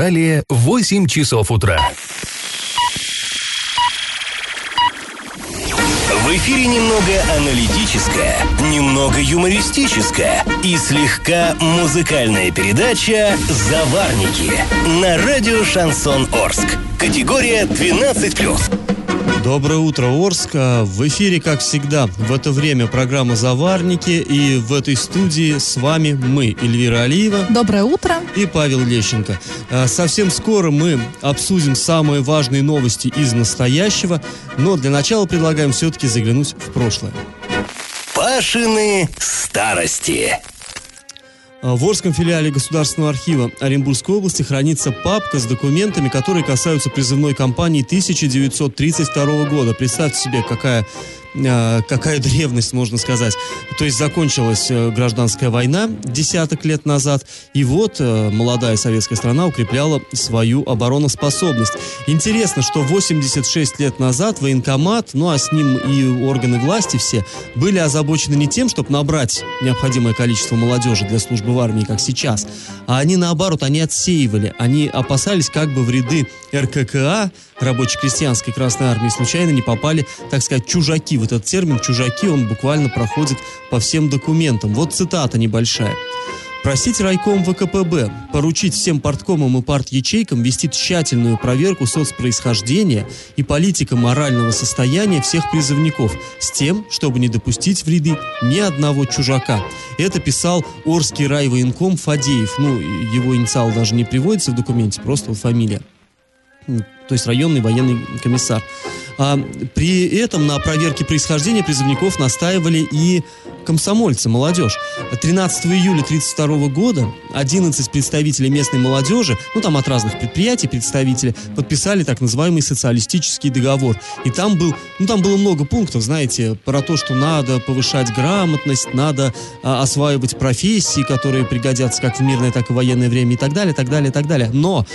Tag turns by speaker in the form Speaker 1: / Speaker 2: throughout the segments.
Speaker 1: Далее 8 часов утра. В эфире немного аналитическая, немного юмористическая и слегка музыкальная передача «Заварники» на радио «Шансон Орск». Категория 12+.
Speaker 2: Доброе утро, Орск. В эфире, как всегда, в это время программа «Заварники». И в этой студии с вами мы, Эльвира Алиева.
Speaker 3: Доброе утро.
Speaker 2: И Павел Лещенко. Совсем скоро мы обсудим самые важные новости из настоящего. Но для начала предлагаем все-таки заглянуть в прошлое.
Speaker 1: Пашины старости.
Speaker 2: В Орском филиале Государственного архива Оренбургской области хранится папка с документами, которые касаются призывной кампании 1932 года. Представьте себе, какая древность, можно сказать. То есть закончилась гражданская война десяток лет назад, и вот молодая советская страна укрепляла свою обороноспособность. Интересно, что 86 лет назад военкомат, а с ним и органы власти все, были озабочены не тем, чтобы набрать необходимое количество молодежи для службы в армии, как сейчас, а они, наоборот, они отсеивали. Они опасались, как бы в ряды РККА, рабоче-крестьянской Красной Армии, случайно не попали, так сказать, чужаки. Вот этот термин «чужаки», он буквально проходит по всем документам. Вот цитата небольшая. «Просить райком ВКПБ поручить всем парткомам и партячейкам вести тщательную проверку соцпроисхождения и политико-морального состояния всех призывников с тем, чтобы не допустить в ряды ни одного чужака». Это писал Орский райвоенком Фадеев. Его инициал даже не приводится в документе, просто вот фамилия. То есть районный военный комиссар. При этом на проверке происхождения призывников настаивали и комсомольцы, молодежь. 13 июля 1932 года 11 представителей местной молодежи, там от разных предприятий представители, подписали так называемый социалистический договор. И там было много пунктов, знаете, про то, что надо повышать грамотность, надо осваивать профессии, которые пригодятся как в мирное, так и в военное время и так далее, так далее, так далее. Но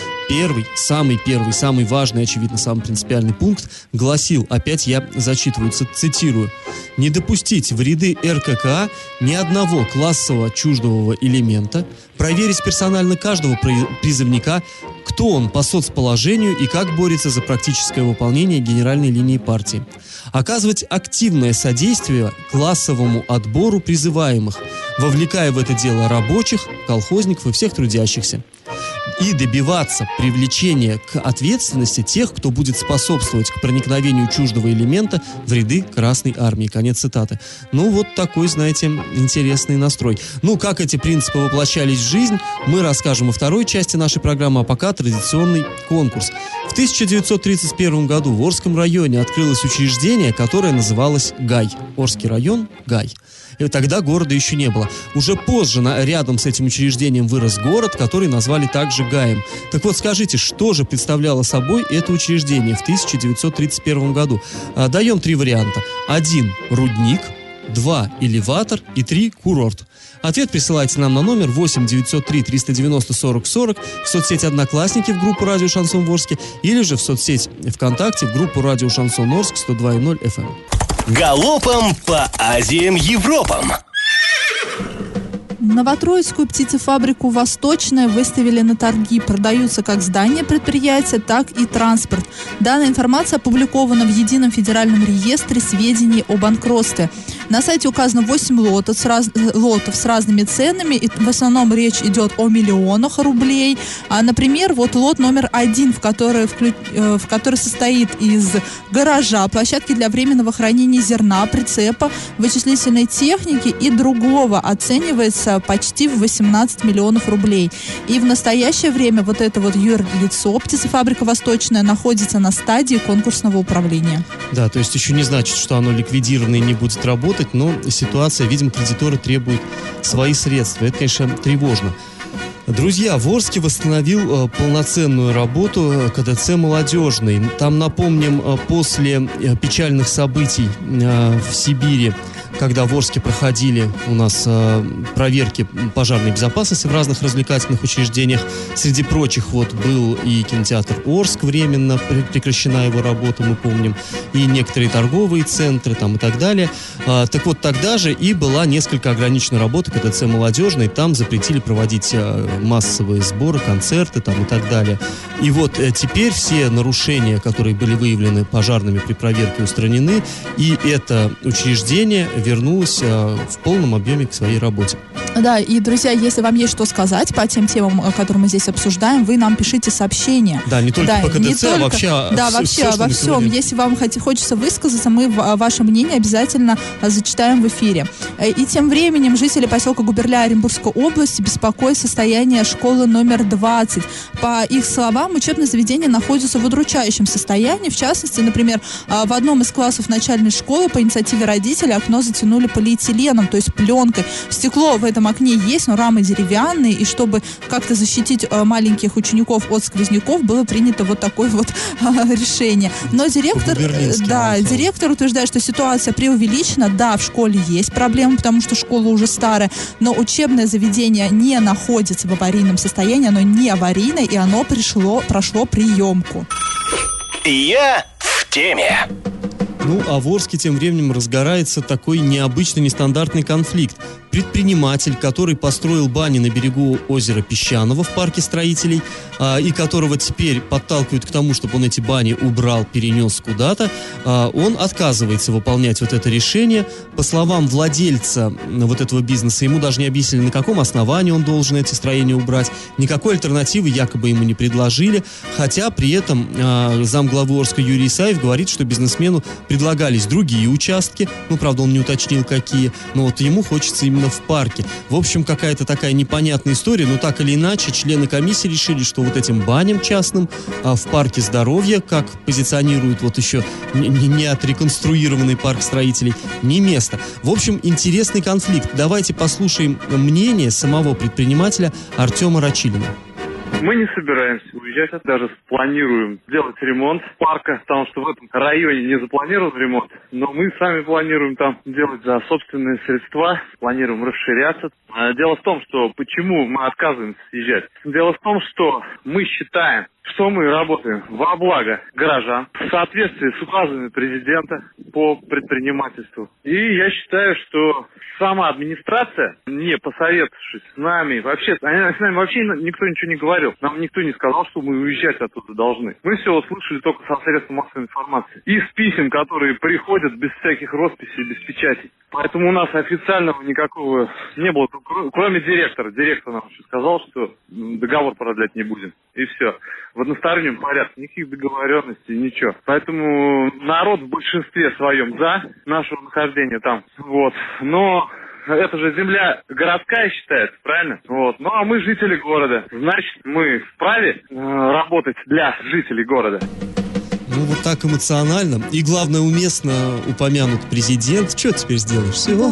Speaker 2: самый важный, очевидно, самый принципиальный пункт гласил, опять я зачитываю, цитирую: «Не допустить в ряды РККА ни одного классового чуждого элемента, проверить персонально каждого призывника, кто он по соцположению и как борется за практическое выполнение генеральной линии партии. Оказывать активное содействие классовому отбору призываемых, вовлекая в это дело рабочих, колхозников и всех трудящихся. И добиваться привлечения к ответственности тех, кто будет способствовать к проникновению чуждого элемента в ряды Красной Армии». Конец цитаты. Вот такой, знаете, интересный настрой. Как эти принципы воплощались в жизнь, мы расскажем во второй части нашей программы, а пока традиционный конкурс. В 1931 году в Орском районе открылось учреждение, которое называлось ГАЙ. Орский район ГАЙ. И тогда города еще не было. Уже позже рядом с этим учреждением вырос город, который назвали также ГАЕм. Так вот, скажите, что же представляло собой это учреждение в 1931 году? Даем 3 варианта. 1 – рудник, 2 – элеватор и 3 – курорт. Ответ присылайте нам на номер 8 903 390 40 40 в соцсети «Одноклассники» в группу «Радио Шансон в Орске» или же в соцсеть ВКонтакте в группу «Радио Шансон Орск» 102.0 FM.
Speaker 1: Галопом по Азиям Европам.
Speaker 3: Новотроицкую птицефабрику «Восточная» выставили на торги. Продаются как здания предприятия, так и транспорт. Данная информация опубликована в Едином федеральном реестре сведений о банкротстве. На сайте указано 8 лотов с разными ценами. И в основном речь идет о миллионах рублей. Например, лот номер 1, в который состоит из гаража, площадки для временного хранения зерна, прицепа, вычислительной техники и другого, оценивается почти в 18 миллионов рублей. И в настоящее время это юрлицо, птицефабрика «Восточная», находится на стадии конкурсного управления.
Speaker 2: Да, то есть еще не значит, что оно ликвидировано и не будет работать, но ситуация, видимо, кредиторы требуют свои средства. Это, конечно, тревожно. Друзья, в Орске восстановил полноценную работу КДЦ «Молодежный». Там, напомним, после печальных событий в Сибири когда в Орске проходили у нас проверки пожарной безопасности в разных развлекательных учреждениях. Среди прочих вот был и кинотеатр Орск, временно прекращена его работа, мы помним, и некоторые торговые центры там и так далее. Так вот, тогда же и была несколько ограничена работа КТЦ «Молодежный», там запретили проводить массовые сборы, концерты там и так далее. И вот теперь все нарушения, которые были выявлены пожарными при проверке, устранены, и это учреждение вернулось в полном объеме к своей работе.
Speaker 3: Да, и, друзья, если вам есть что сказать по тем темам, которые мы здесь обсуждаем, вы нам пишите сообщения.
Speaker 2: Да, не только по КТЦ, а вообще
Speaker 3: во всем. Если вам хочется высказаться, мы ваше мнение обязательно зачитаем в эфире. И тем временем жители поселка Губерля Оренбургской области беспокоят состояние школы номер 20. По их словам, учебное заведение находится в удручающем состоянии. В частности, например, в одном из классов начальной школы по инициативе родителей окно затянули полиэтиленом, то есть пленкой. Стекло в этом окне есть, но рамы деревянные, и чтобы как-то защитить маленьких учеников от сквозняков, было принято вот такое вот решение. Но директор утверждает, что ситуация преувеличена. Да, в школе есть проблемы, потому что школа уже старая, но учебное заведение не находится в аварийном состоянии, оно не аварийное, и оно прошло приемку.
Speaker 1: Я в теме.
Speaker 2: Ну, а в Орске тем временем разгорается такой необычный, нестандартный конфликт. Предприниматель, который построил бани на берегу озера Песчаного в парке строителей, и которого теперь подталкивают к тому, чтобы он эти бани убрал, перенес куда-то, он отказывается выполнять вот это решение. По словам владельца вот этого бизнеса, ему даже не объяснили, на каком основании он должен эти строения убрать. Никакой альтернативы якобы ему не предложили, хотя при этом замглавы Орска Юрий Исаев говорит, что бизнесмену предлагались другие участки, ну, правда, он не уточнил, какие, но вот ему хочется именно в парке. В общем, какая-то такая непонятная история, но так или иначе, члены комиссии решили, что вот этим баням частным в парке здоровья, как позиционируют вот еще не отреконструированный парк строителей, не место. В общем, интересный конфликт. Давайте послушаем мнение самого предпринимателя Артема Рачилина.
Speaker 4: Мы не собираемся уезжать, даже планируем делать ремонт парка, потому что в этом районе не запланирован ремонт, но мы сами планируем там делать за собственные средства, планируем расширяться. Дело в том, что почему мы отказываемся съезжать. Дело в том, что мы считаем, что мы работаем во благо горожан, в соответствии с указами президента по предпринимательству. И я считаю, что сама администрация, не посоветовавшись с нами, вообще, с нами вообще никто ничего не говорил. Нам никто не сказал, что мы уезжать оттуда должны. Мы все услышали только со средств массовой информации. Из писем, которые приходят без всяких росписей, без печатей. Поэтому у нас официального никакого не было, кроме директора. Директор нам еще сказал, что договор продлять не будем. И все. В одностороннем порядке. Никаких договоренностей, ничего. Поэтому народ в большинстве своем за нашего нахождения там. Вот. Но это же земля городская считается, правильно? Вот. Ну а мы жители города. Значит, мы вправе работать для жителей города.
Speaker 2: Ну, вот так эмоционально. И, главное, уместно упомянут президент. Что теперь сделаешь? Все.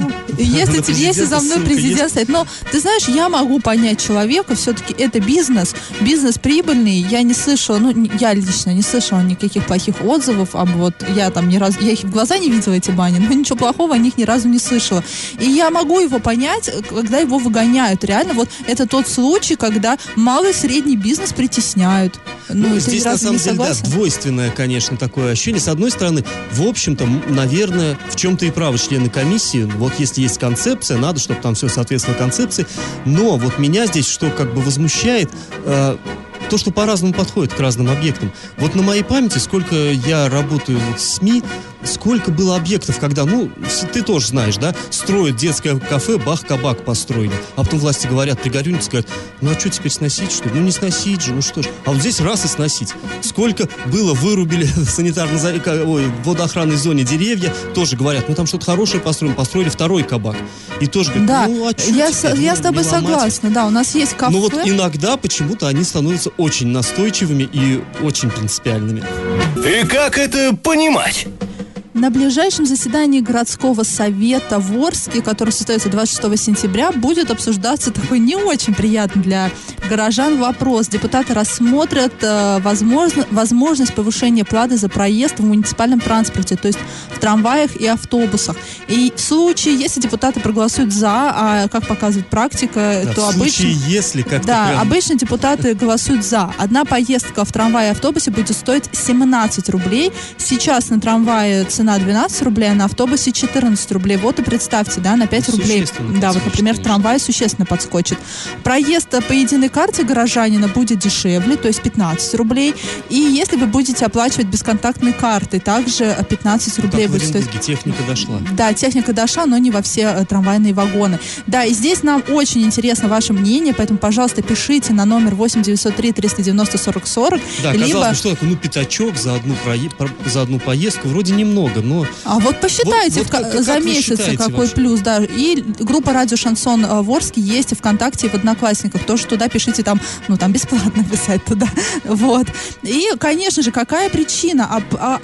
Speaker 3: Если за мной президент стоит. Но, ты знаешь, я могу понять человека. Все-таки это бизнес. Бизнес прибыльный. Я не слышала, я лично не слышала никаких плохих отзывов. Я там ни разу, я их в глаза не видела, эти бани, но ничего плохого о них ни разу не слышала. И я могу его понять, когда его выгоняют. Реально, вот это тот случай, когда малый и средний бизнес притесняют.
Speaker 2: Здесь, на самом деле, да, двойственное, конечно, такое ощущение. С одной стороны, в общем-то, наверное, в чем-то и правы члены комиссии. Вот если есть концепция, надо, чтобы там все соответствовало концепции. Но вот меня здесь что как бы возмущает, то, что по-разному подходит к разным объектам. Вот на моей памяти, сколько я работаю в СМИ, сколько было объектов, когда, ты тоже знаешь, да, строят детское кафе, бах-кабак построили. А потом власти говорят, пригорюнятся, говорят, а что теперь сносить, что ли? Не сносить же, что ж. А вот здесь раз и сносить. Сколько было, вырубили в водоохранной зоне деревья, тоже говорят, там что-то хорошее построили второй кабак. И тоже говорят,
Speaker 3: да, я с тобой согласна, да, у нас есть кафе.
Speaker 2: Но вот иногда почему-то они становятся очень настойчивыми и очень принципиальными.
Speaker 1: И как это понимать?
Speaker 3: На ближайшем заседании городского совета в Орске, которое состоится 26 сентября, будет обсуждаться такой не очень приятный для горожан вопрос. Депутаты рассмотрят возможность повышения платы за проезд в муниципальном транспорте, то есть в трамваях и автобусах. И в случае, если депутаты проголосуют за, а как показывает практика,
Speaker 2: да,
Speaker 3: то
Speaker 2: в случае,
Speaker 3: обычно...
Speaker 2: если как-то
Speaker 3: Да,
Speaker 2: прям...
Speaker 3: обычно депутаты голосуют за. Одна поездка в трамвае и автобусе будет стоить 17 рублей. Сейчас на трамвае цена 12 рублей, а на автобусе 14 рублей. Вот и представьте, да, на 5 рублей. Да, вот, например, в трамвае существенно подскочит. Проезд по единой карте горожанина будет дешевле, то есть 15 рублей. И если вы будете оплачивать бесконтактной картой, также 15 рублей будет стоить.
Speaker 2: Техника дошла.
Speaker 3: Да, техника дошла, но не во все трамвайные вагоны. Да, и здесь нам очень интересно ваше мнение, поэтому, пожалуйста, пишите на номер 8-903-390-40-40.
Speaker 2: Да,
Speaker 3: либо...
Speaker 2: казалось бы, что такое, пятачок за одну поездку, вроде немного, но...
Speaker 3: А вот посчитайте за месяц, какой вообще плюс, да. И группа «Радио Шансон Ворске» есть и ВКонтакте, и в Одноклассниках. Тоже туда пишите, там бесплатно писать туда. Вот. И, конечно же, какая причина?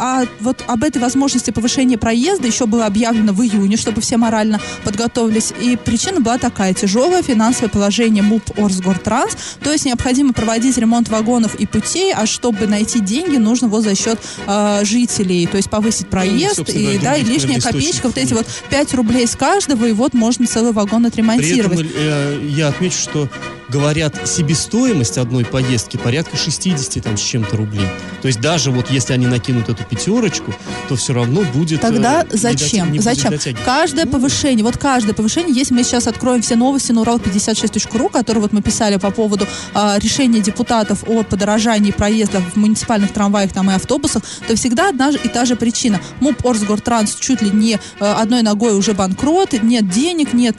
Speaker 3: Вот об этой возможности повышения проезда еще было объявлено в июне, чтобы все морально подготовились. И причина была такая: тяжелое финансовое положение МУП Орсгортранс, то есть необходимо проводить ремонт вагонов и путей, а чтобы найти деньги, нужно за счет жителей, то есть повысить проезд, и лишняя копеечка, вот эти 5 рублей с каждого, и вот можно целый вагон отремонтировать.
Speaker 2: При этом я отмечу, что говорят, себестоимость одной поездки порядка 60 с чем-то рублей. То есть даже если они накинут эту пятерочку, то все равно будет...
Speaker 3: Тогда зачем? Каждое повышение, если мы сейчас откроем все новости на Урал56.ру, которые мы писали по поводу решения депутатов о подорожании проезда в муниципальных трамваях и автобусах, то всегда одна и та же причина. МУП Орсгортранс чуть ли не одной ногой уже банкрот, нет денег, нет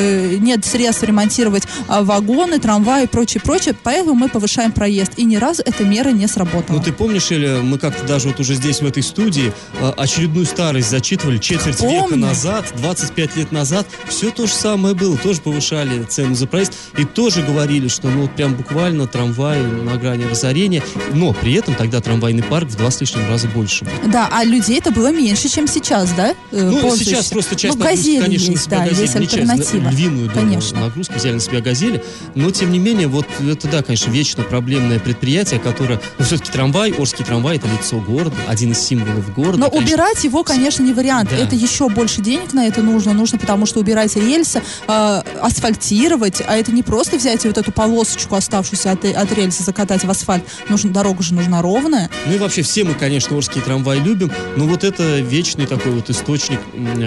Speaker 3: средств ремонтировать вагоны, трамваи и прочее, поэтому мы повышаем проезд. И ни разу эта мера не сработала.
Speaker 2: Ты помнишь, Эля, мы как-то даже уже здесь, в этой студии, очередную старость зачитывали четверть века назад, 25 лет назад, все то же самое было, тоже повышали цену за проезд, и тоже говорили, что прям буквально трамваи на грани разорения, но при этом тогда трамвайный парк в 2 с лишним раза больше был.
Speaker 3: Да, а людей-то было меньше, чем сейчас, да?
Speaker 2: Сейчас просто часть
Speaker 3: «Газели»
Speaker 2: конечно,
Speaker 3: есть,
Speaker 2: на себя
Speaker 3: есть альтернатива.
Speaker 2: Львиную нагрузку взяли на себя «Газели», но тем не менее, это, конечно, вечно проблемное предприятие, которое, все-таки трамвай, Орский трамвай, это лицо города, один из символов города.
Speaker 3: Но убирать его, конечно, не вариант. Да. Это еще больше денег на это нужно, потому что убирать рельсы, асфальтировать, а это не просто взять эту полосочку, оставшуюся от рельса, закатать в асфальт. Дорога же нужна ровная.
Speaker 2: И вообще все мы, конечно, Орский трамвай любим, но это вечный такой источник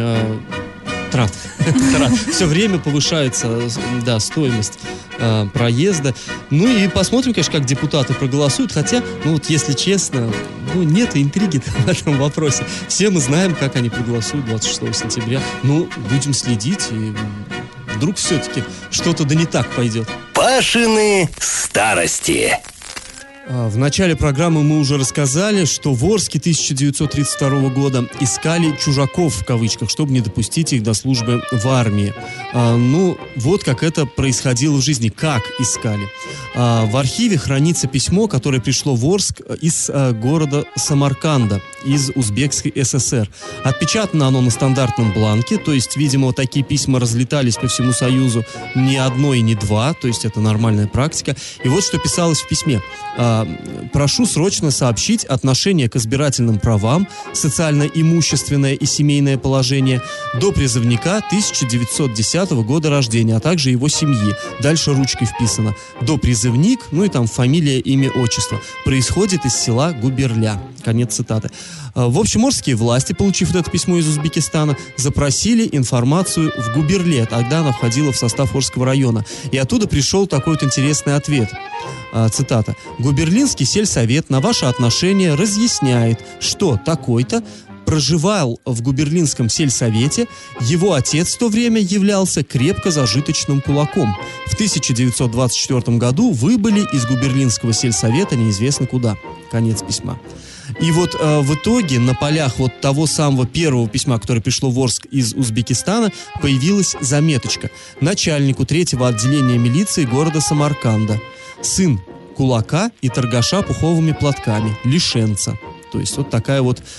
Speaker 2: трат. Все время повышается, стоимость проезда. И посмотрим, конечно, как депутаты проголосуют. Хотя, если честно, нет интриги в этом вопросе. Все мы знаем, как они проголосуют 26 сентября. Будем следить, и вдруг все-таки что-то не так пойдет.
Speaker 1: Пашины старости.
Speaker 2: В начале программы мы уже рассказали, что в Орске 1932 года искали «чужаков», в кавычках, чтобы не допустить их до службы в армии. Вот как это происходило в жизни. Как искали? В архиве хранится письмо, которое пришло в Орск из города Самарканда, из Узбекской ССР. Отпечатано оно на стандартном бланке, то есть, видимо, такие письма разлетались по всему Союзу не одно и не два, то есть это нормальная практика. И вот что писалось в письме. Прошу срочно сообщить отношение к избирательным правам, социально-имущественное и семейное положение до призывника 1910 года рождения, а также его семьи. Дальше ручкой вписано. До призывник, фамилия, имя, отчество. Происходит из села Губерля. Конец цитаты. В общем, орские власти, получив это письмо из Узбекистана, запросили информацию в Губерле. Тогда она входила в состав Орского района. И оттуда пришел такой интересный ответ. Цитата. «Губерлинский сельсовет на ваше отношение разъясняет, что такой-то проживал в Губерлинском сельсовете, его отец в то время являлся крепко зажиточным кулаком. В 1924 году выбыли из Губерлинского сельсовета неизвестно куда». Конец письма. И в итоге на полях того самого первого письма, которое пришло в Орск из Узбекистана, появилась заметочка: начальнику 3-го отделения милиции города Самарканда. Сын кулака и торгаша пуховыми платками, лишенца. То есть такая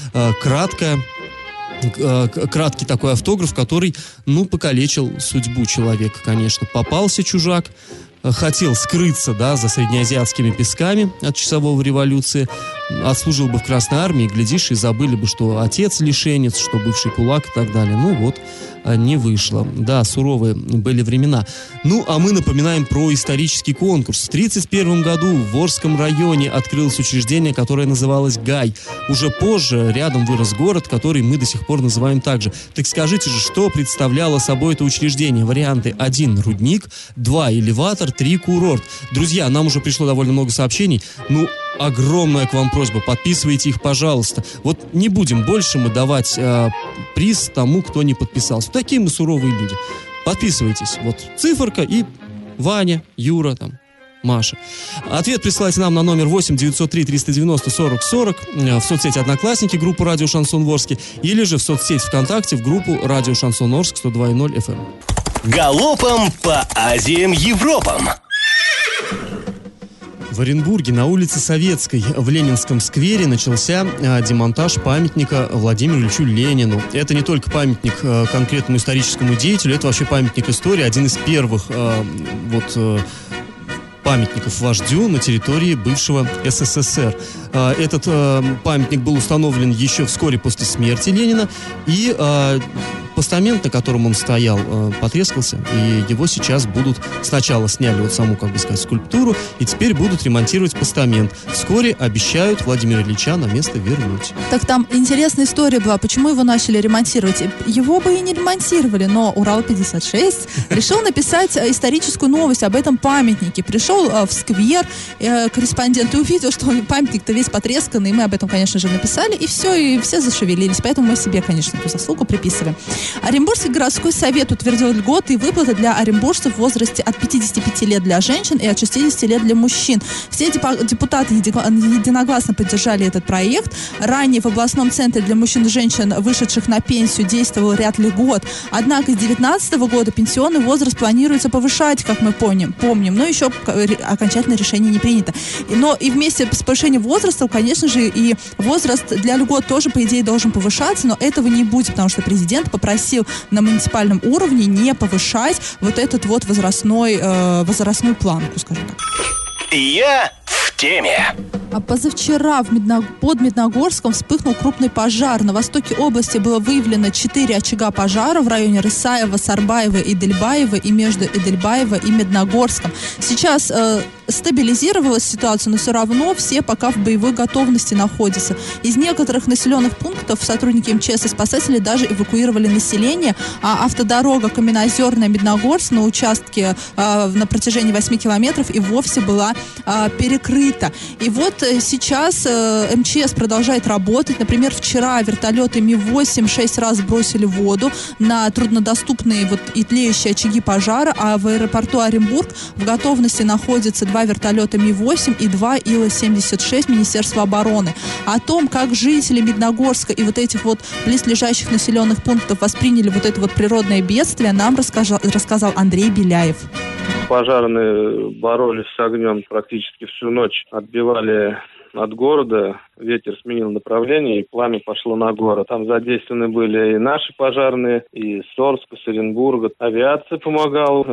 Speaker 2: краткий такой автограф, который, покалечил судьбу человека, конечно. Попался чужак, хотел скрыться, да, за среднеазиатскими песками от часового революции, отслужил бы в Красной армии, глядишь, и забыли бы, что отец лишенец, что бывший кулак и так далее. Ну вот, не вышло. Да, суровые были времена. Ну, а мы напоминаем про исторический конкурс. В 1931 году в Орском районе открылось учреждение, которое называлось ГАЙ. Уже позже рядом вырос город, который мы до сих пор называем так же. Так скажите же, что представляло собой это учреждение? Варианты: 1 – рудник, 2 – элеватор, 3 – курорт. Друзья, нам уже пришло довольно много сообщений. Ну, огромная к вам просьба, подписывайте их, пожалуйста. Вот не будем больше мы давать приз тому, кто не подписался. Такие мы суровые люди. Подписывайтесь. Вот циферка и Ваня, Юра, там, Маша. Ответ присылайте нам на номер 8 903 390 40 40 в соцсети «Одноклассники», группу «Радио Шансон Орске», или же в соцсеть ВКонтакте в группу «Радио Шансон Орск» 102.0 FM.
Speaker 1: Галопом по Азиям Европам.
Speaker 2: В Оренбурге на улице Советской в Ленинском сквере начался демонтаж памятника Владимиру Ильичу Ленину. Это не только памятник конкретному историческому деятелю, это вообще памятник истории, один из первых памятников вождю на территории бывшего СССР. Этот памятник был установлен еще вскоре после смерти Ленина, и постамент, на котором он стоял, потрескался, и его сейчас будут... Сначала сняли вот саму, как бы сказать, скульптуру, и теперь будут ремонтировать постамент. Вскоре обещают Владимира Ильича на место вернуть.
Speaker 3: Так там интересная история была, почему его начали ремонтировать. Его бы и не ремонтировали, но Урал-56 решил написать историческую новость об этом памятнике. Пришел в сквер корреспондент и увидел, что памятник-то весь потресканный, и мы об этом, конечно же, написали, и все зашевелились. Поэтому мы себе, конечно, эту заслугу приписываем. Оренбургский городской совет утвердил льготы и выплаты для оренбуржцев в возрасте от 55 лет для женщин и от 60 лет для мужчин. Все депутаты единогласно поддержали этот проект. Ранее в областном центре для мужчин и женщин, вышедших на пенсию, действовал ряд льгот. Однако с 2019 года пенсионный возраст планируется повышать, как мы помним, но еще окончательное решение не принято. Но и вместе с повышением возраста, конечно же, и возраст для льгот тоже, по идее, должен повышаться, но этого не будет, потому что президент попросил на муниципальном уровне не повышать вот этот вот возрастную планку, скажем так.
Speaker 1: Я в теме.
Speaker 3: А позавчера под Медногорском вспыхнул крупный пожар. На востоке области было выявлено 4 очага пожара в районе Рысаева, Сарбаева и Эдельбаева и между Эдельбаева и Медногорском. Сейчас стабилизировалась ситуация, но все равно все пока в боевой готовности находятся. Из некоторых населенных пунктов сотрудники МЧС и спасатели даже эвакуировали население, а автодорога Каменноозерная-Медногорск на участке на протяжении 8 километров и вовсе была перекрыта. И вот сейчас МЧС продолжает работать. Например, вчера вертолеты Ми-8 6 раз бросили воду на труднодоступные и тлеющие очаги пожара, а в аэропорту Оренбург в готовности находятся 2 вертолета Ми-8 и 2 Ила-76 Министерства обороны. О том, как жители Медногорска и вот этих вот близлежащих населенных пунктов восприняли вот это вот природное бедствие, нам рассказал Андрей Беляев.
Speaker 5: Пожарные боролись с огнем практически всю ночь, отбивали от города, ветер сменил направление, и пламя пошло на город. Там задействованы были и наши пожарные, и с Орска, с Оренбурга. Авиация помогала,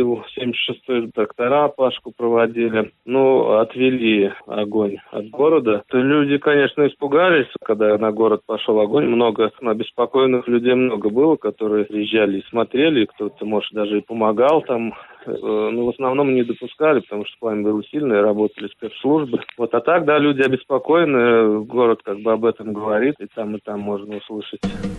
Speaker 5: Ил-76 трактора Пашку проводили. Отвели огонь от города. Люди, конечно, испугались, когда на город пошел огонь. Много обеспокоенных людей много было, которые приезжали и смотрели, кто-то, может, даже и помогал там. В основном не допускали, потому что пламя было сильное, работали спецслужбы. А так, да, люди обеспокоены, город как бы об этом говорит, и там можно услышать.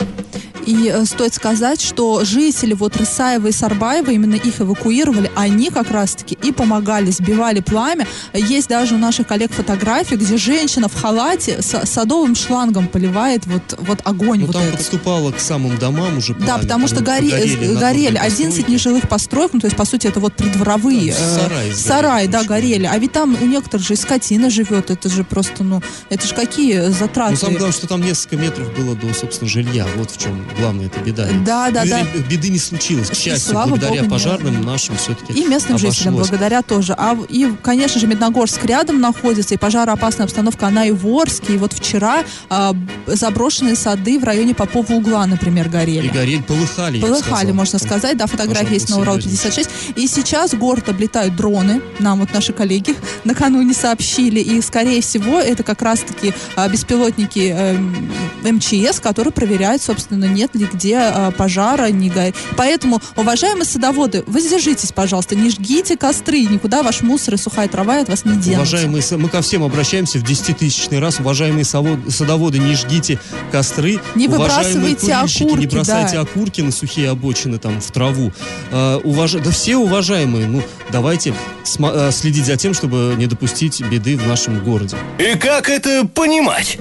Speaker 3: И стоит сказать, что жители Рысаева и Сарбаева, именно их эвакуировали, они как раз-таки и помогали, сбивали пламя. Есть даже у наших коллег фотографии, где женщина в халате с садовым шлангом поливает огонь.
Speaker 2: Там подступало к самым домам уже пламя.
Speaker 3: Да, потому что горели 11 нежилых построек, то есть, по сути, это придворовые. Сараи, да, горели. А ведь там у некоторых же и скотина живет, это же просто, это же какие затраты.
Speaker 2: Самое главное, что там несколько метров было до, собственно, жилья, вот в чем главная эта беда.
Speaker 3: Да.
Speaker 2: Беды не случилось, к счастью,
Speaker 3: слава
Speaker 2: благодаря
Speaker 3: богу,
Speaker 2: пожарным нашим все-таки
Speaker 3: и местным жителям благодаря тоже. И, конечно же, Медногорск рядом находится, и пожароопасная обстановка, она и в Орске. И вот вчера заброшенные сады в районе Попова угла, например, горели.
Speaker 2: И горели, полыхали,
Speaker 3: можно сказать. Да, фотографии есть на Урал-56. И сейчас город облетают дроны. Нам вот наши коллеги накануне сообщили. И, скорее всего, это как раз-таки беспилотники МЧС, которые проверяют, собственно, нет ли где пожара, не горит. Поэтому, уважаемые садоводы, воздержитесь, пожалуйста, не жгите костры, никуда ваш мусор и сухая трава от вас не денутся.
Speaker 2: Уважаемые, мы ко всем обращаемся в 10-тысячный раз. Уважаемые садоводы, не жгите костры.
Speaker 3: Не выбрасывайте окурки.
Speaker 2: Не бросайте окурки на сухие обочины, там, в траву. Да все уважаемые, давайте следить за тем, чтобы не допустить беды в нашем городе.
Speaker 1: И как это понимать?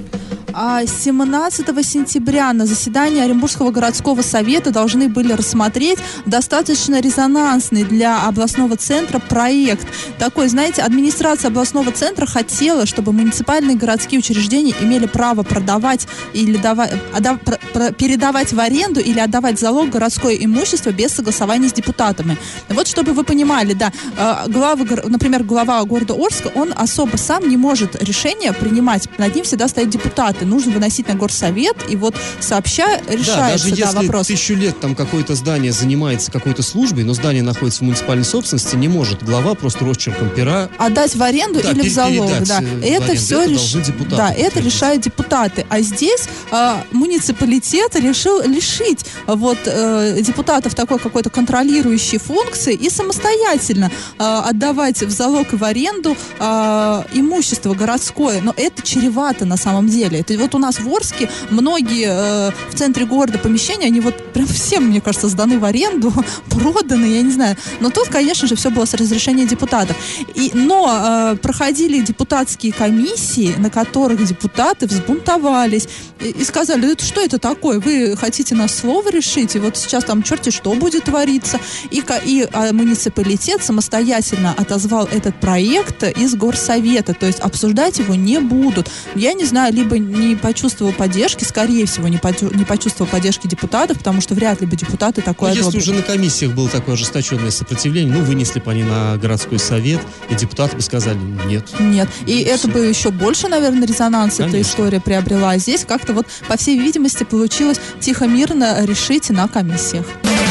Speaker 3: 17 сентября на заседании Оренбургского городского совета должны были рассмотреть достаточно резонансный для областного центра проект. Такой, знаете, администрация областного центра хотела, чтобы муниципальные городские учреждения имели право продавать или передавать в аренду или отдавать в залог городское имущество без согласования с депутатами. Вот чтобы вы понимали, да, например, глава города Орска, он особо сам не может решения принимать. Над ним всегда стоят депутаты. Нужно выносить на горсовет, и вот сообща решается
Speaker 2: даже если
Speaker 3: вопрос.
Speaker 2: 1000 лет там какое-то здание занимается какой-то службой, но здание находится в муниципальной собственности, не может глава просто росчерком пера
Speaker 3: отдать в аренду или в залог. Да. Это все решают депутаты. А здесь муниципалитет решил лишить депутатов такой какой-то контролирующей функции и самостоятельно отдавать в залог и в аренду имущество городское. Но это чревато на самом деле. Это вот у нас в Орске многие в центре города помещения, они вот прям всем, мне кажется, сданы в аренду, проданы, я не знаю. Но тут, конечно же, все было с разрешения депутатов. Но проходили депутатские комиссии, на которых депутаты взбунтовались и сказали, что это такое? Вы хотите нас слово решить? И вот сейчас там черти что будет твориться. И муниципалитет самостоятельно отозвал этот проект из горсовета. То есть обсуждать его не будут. Я не знаю, либо не почувствовал поддержки, скорее всего, не почувствовал поддержки депутатов, потому что вряд ли бы депутаты такое одобрили.
Speaker 2: Если уже на комиссиях было такое ожесточенное сопротивление, вынесли бы они на городской совет, и депутаты бы сказали нет.
Speaker 3: Нет. И это бы еще больше, наверное, резонанс эта история приобрела. А здесь как-то вот, по всей видимости, получилось тихо-мирно решить на комиссиях.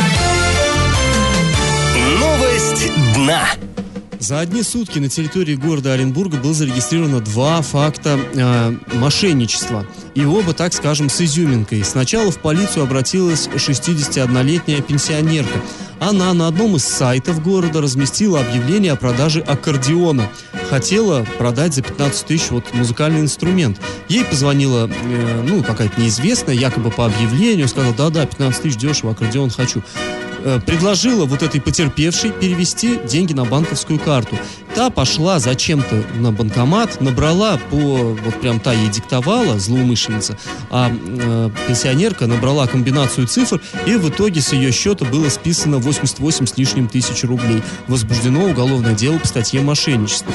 Speaker 1: Новость дна.
Speaker 2: За одни сутки на территории города Оренбурга было зарегистрировано 2 факта мошенничества. И оба, так скажем, с изюминкой. Сначала в полицию обратилась 61-летняя пенсионерка. Она на одном из сайтов города разместила объявление о продаже аккордеона. Хотела продать за 15 тысяч музыкальный инструмент. Ей позвонила какая-то неизвестная, якобы по объявлению, сказала, да, 15 тысяч дешево, аккордеон хочу. Предложила этой потерпевшей перевести деньги на банковскую карту. Та пошла зачем-то на банкомат, набрала прям та ей диктовала, злоумышленница, а пенсионерка набрала комбинацию цифр, и в итоге с ее счета было списано 88 с лишним тысяч рублей. Возбуждено уголовное дело по статье мошенничества.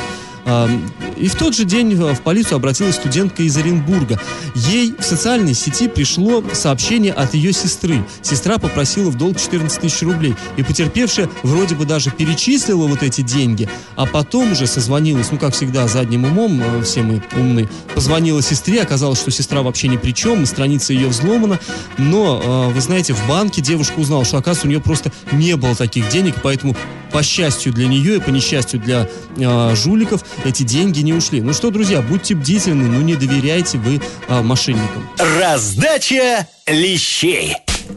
Speaker 2: И в тот же день в полицию обратилась студентка из Оренбурга. Ей в социальной сети пришло сообщение от ее сестры. Сестра попросила в долг 14 тысяч рублей. И потерпевшая вроде бы даже перечислила эти деньги, а потом уже созвонилась, как всегда, задним умом, все мы умны, позвонила сестре, оказалось, что сестра вообще ни при чем, страница ее взломана. Но, вы знаете, в банке девушка узнала, что, оказывается, у нее просто не было таких денег, поэтому по счастью для нее и по несчастью для жуликов эти деньги не ушли. Ну что, друзья, будьте бдительны, не доверяйте вы мошенникам.
Speaker 1: Раздача лещей.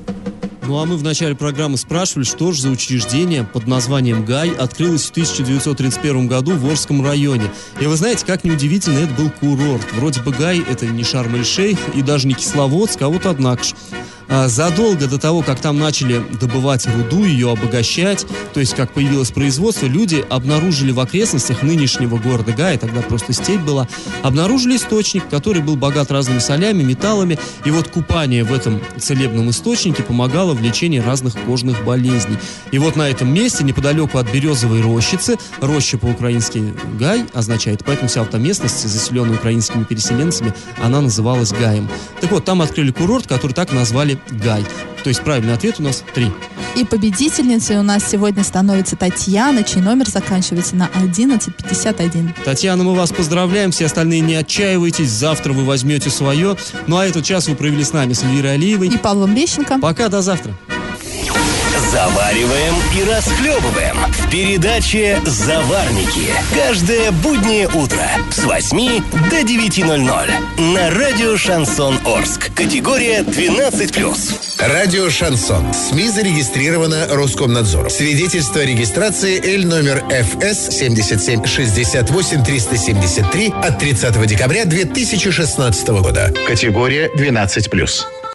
Speaker 2: А мы в начале программы спрашивали, что же за учреждение под названием «Гай» открылось в 1931 году в Орском районе. И вы знаете, как неудивительно, это был курорт. Вроде бы Гай — это не Шарм-эль-Шейх и даже не Кисловодск, а однако ж. Задолго до того, как там начали добывать руду, ее обогащать, то есть как появилось производство, люди обнаружили в окрестностях нынешнего города Гая, тогда просто степь была, обнаружили источник, который был богат разными солями, металлами, и купание в этом целебном источнике помогало в лечении разных кожных болезней. И на этом месте, неподалеку от березовой рощицы, роща по-украински Гай означает, поэтому вся эта местность, заселенная украинскими переселенцами, она называлась Гаем. Так там открыли курорт, который так назвали Гай. То есть правильный ответ у нас 3.
Speaker 3: И победительницей у нас сегодня становится Татьяна, чей номер заканчивается на 1151.
Speaker 2: Татьяна, мы вас поздравляем, все остальные не отчаивайтесь, завтра вы возьмете свое. Ну а этот час вы провели с нами, с Эльвирой Алиевой
Speaker 3: И Павлом Лещенко.
Speaker 2: Пока, до завтра.
Speaker 1: Завариваем и расхлебываем в передаче «Заварники». Каждое буднее утро с 8 до 9:00 на радио «Шансон Орск». Категория 12+.
Speaker 6: Радио «Шансон». СМИ зарегистрировано Роскомнадзором. Свидетельство о регистрации Л номер ФС 7768373 от 30 декабря 2016 года. Категория 12+.